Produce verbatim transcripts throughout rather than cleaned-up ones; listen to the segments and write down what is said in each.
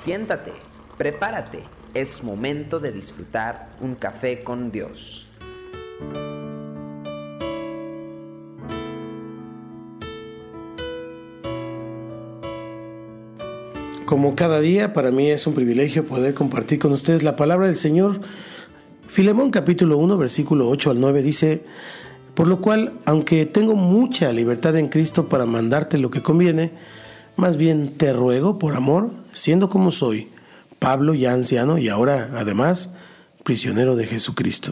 Siéntate, prepárate, es momento de disfrutar un café con Dios. Como cada día, para mí es un privilegio poder compartir con ustedes la palabra del Señor. Filemón capítulo uno, versículo ocho al nueve dice: por lo cual, aunque tengo mucha libertad en Cristo para mandarte lo que conviene, más bien te ruego por amor, siendo como soy, Pablo ya anciano y ahora además prisionero de Jesucristo.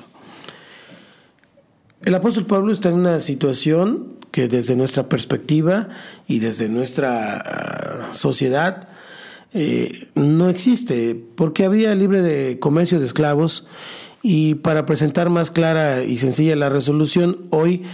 El apóstol Pablo está en una situación que desde nuestra perspectiva y desde nuestra uh, sociedad eh, no existe, porque había libre de comercio de esclavos. Y para presentar más clara y sencilla la resolución, hoy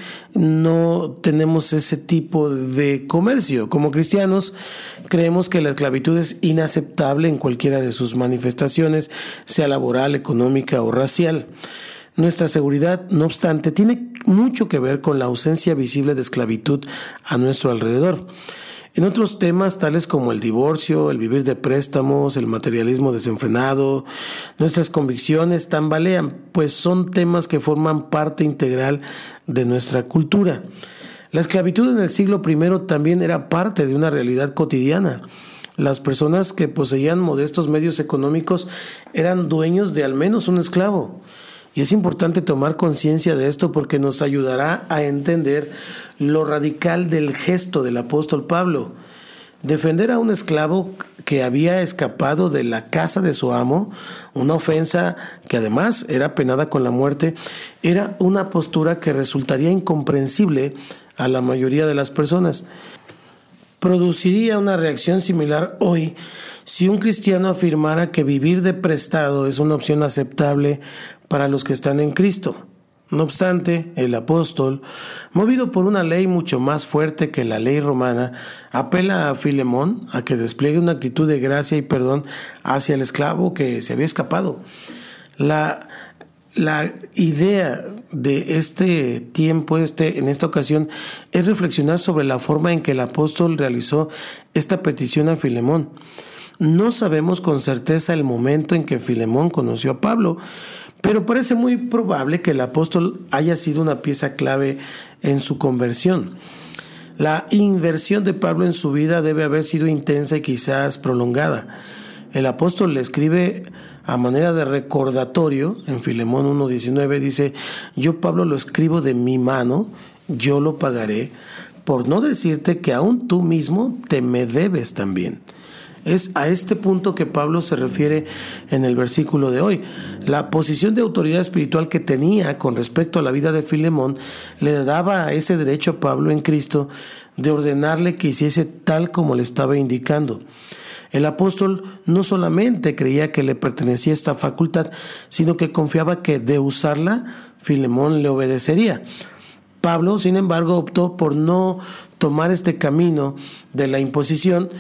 no tenemos ese tipo de comercio. Como cristianos, creemos que la esclavitud es inaceptable en cualquiera de sus manifestaciones, sea laboral, económica o racial. Nuestra seguridad, no obstante, tiene mucho que ver con la ausencia visible de esclavitud a nuestro alrededor. En otros temas tales como el divorcio, el vivir de préstamos, el materialismo desenfrenado, nuestras convicciones tambalean, pues son temas que forman parte integral de nuestra cultura. La esclavitud en el siglo primero también era parte de una realidad cotidiana. Las personas que poseían modestos medios económicos eran dueños de al menos un esclavo. Y es importante tomar conciencia de esto porque nos ayudará a entender lo radical del gesto del apóstol Pablo. Defender a un esclavo que había escapado de la casa de su amo, una ofensa que además era penada con la muerte, era una postura que resultaría incomprensible a la mayoría de las personas. Produciría una reacción similar hoy si un cristiano afirmara que vivir de prestado es una opción aceptable para los que están en Cristo. No obstante, el apóstol, movido por una ley mucho más fuerte que la ley romana, apela a Filemón a que despliegue una actitud de gracia y perdón hacia el esclavo que se había escapado. La, la idea de este tiempo, este, en esta ocasión, es reflexionar sobre la forma en que el apóstol realizó esta petición a Filemón. No sabemos con certeza el momento en que Filemón conoció a Pablo, pero parece muy probable que el apóstol haya sido una pieza clave en su conversión. La inversión de Pablo en su vida debe haber sido intensa y quizás prolongada. El apóstol le escribe a manera de recordatorio, en Filemón uno diecinueve dice: yo Pablo lo escribo de mi mano, yo lo pagaré, por no decirte que aún tú mismo te me debes también. Es a este punto que Pablo se refiere en el versículo de hoy. La posición de autoridad espiritual que tenía con respecto a la vida de Filemón le daba ese derecho a Pablo en Cristo de ordenarle que hiciese tal como le estaba indicando. El apóstol no solamente creía que le pertenecía esta facultad, sino que confiaba que de usarla, Filemón le obedecería. Pablo, sin embargo, optó por no tomar este camino de la imposición,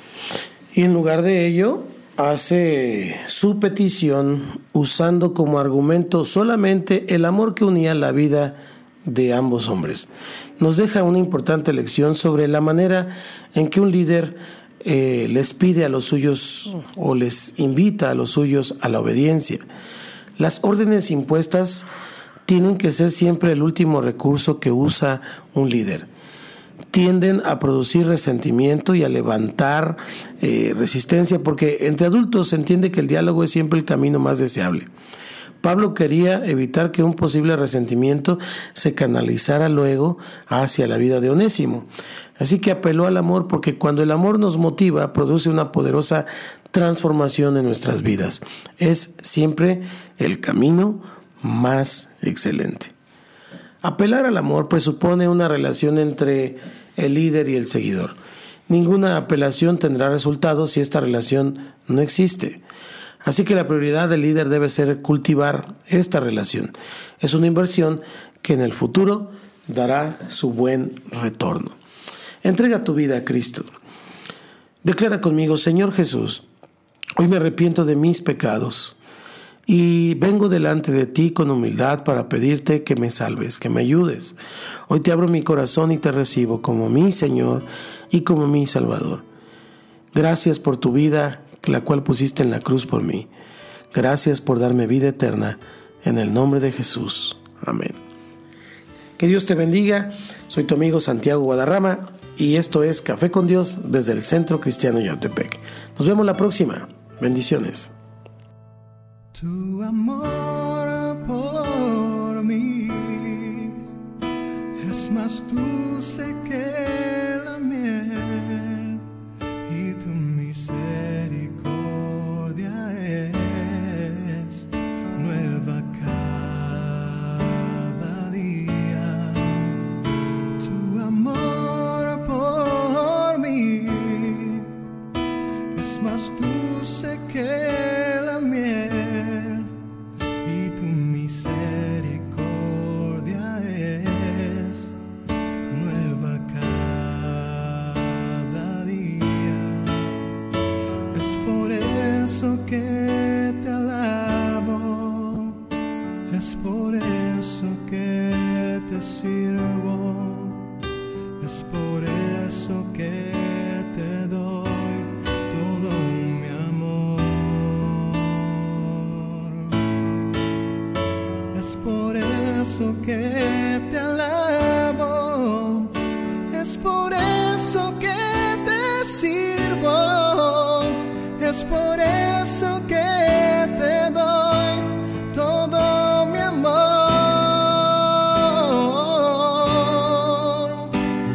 y en lugar de ello, hace su petición usando como argumento solamente el amor que unía la vida de ambos hombres. Nos deja una importante lección sobre la manera en que un líder eh, les pide a los suyos o les invita a los suyos a la obediencia. Las órdenes impuestas tienen que ser siempre el último recurso que usa un líder. Tienden a producir resentimiento y a levantar eh, resistencia, porque entre adultos se entiende que el diálogo es siempre el camino más deseable. Pablo quería evitar que un posible resentimiento se canalizara luego hacia la vida de Onésimo. Así que apeló al amor, porque cuando el amor nos motiva, produce una poderosa transformación en nuestras vidas. Es siempre el camino más excelente. Apelar al amor presupone una relación entre el líder y el seguidor. Ninguna apelación tendrá resultados si esta relación no existe. Así que la prioridad del líder debe ser cultivar esta relación. Es una inversión que en el futuro dará su buen retorno. Entrega tu vida a Cristo. Declara conmigo: Señor Jesús, hoy me arrepiento de mis pecados y vengo delante de ti con humildad para pedirte que me salves, que me ayudes. Hoy te abro mi corazón y te recibo como mi Señor y como mi Salvador. Gracias por tu vida la cual pusiste en la cruz por mí. Gracias por darme vida eterna, en el nombre de Jesús. Amén. Que Dios te bendiga. Soy tu amigo Santiago Guadarrama y esto es Café con Dios desde el Centro Cristiano Yautepec. Nos vemos la próxima. Bendiciones. Tu amor por mí es más dulce que la miel y tu misericordia es nueva cada día. Tu amor por mí es más dulce que la miel y tu misericordia es nueva cada día. Es por eso que te alabo, es por eso que te sirvo, es por eso que te doy todo mi amor. Es por eso que te alabo, es por eso que te sirvo, es por eso que te doy todo mi amor.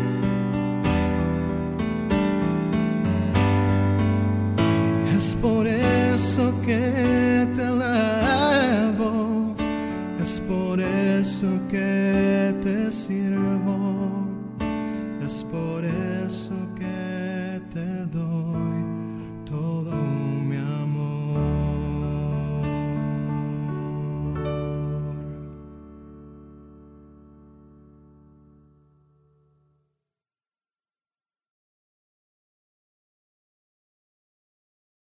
Es por eso que te alabo, es por eso que te sirvo, es por eso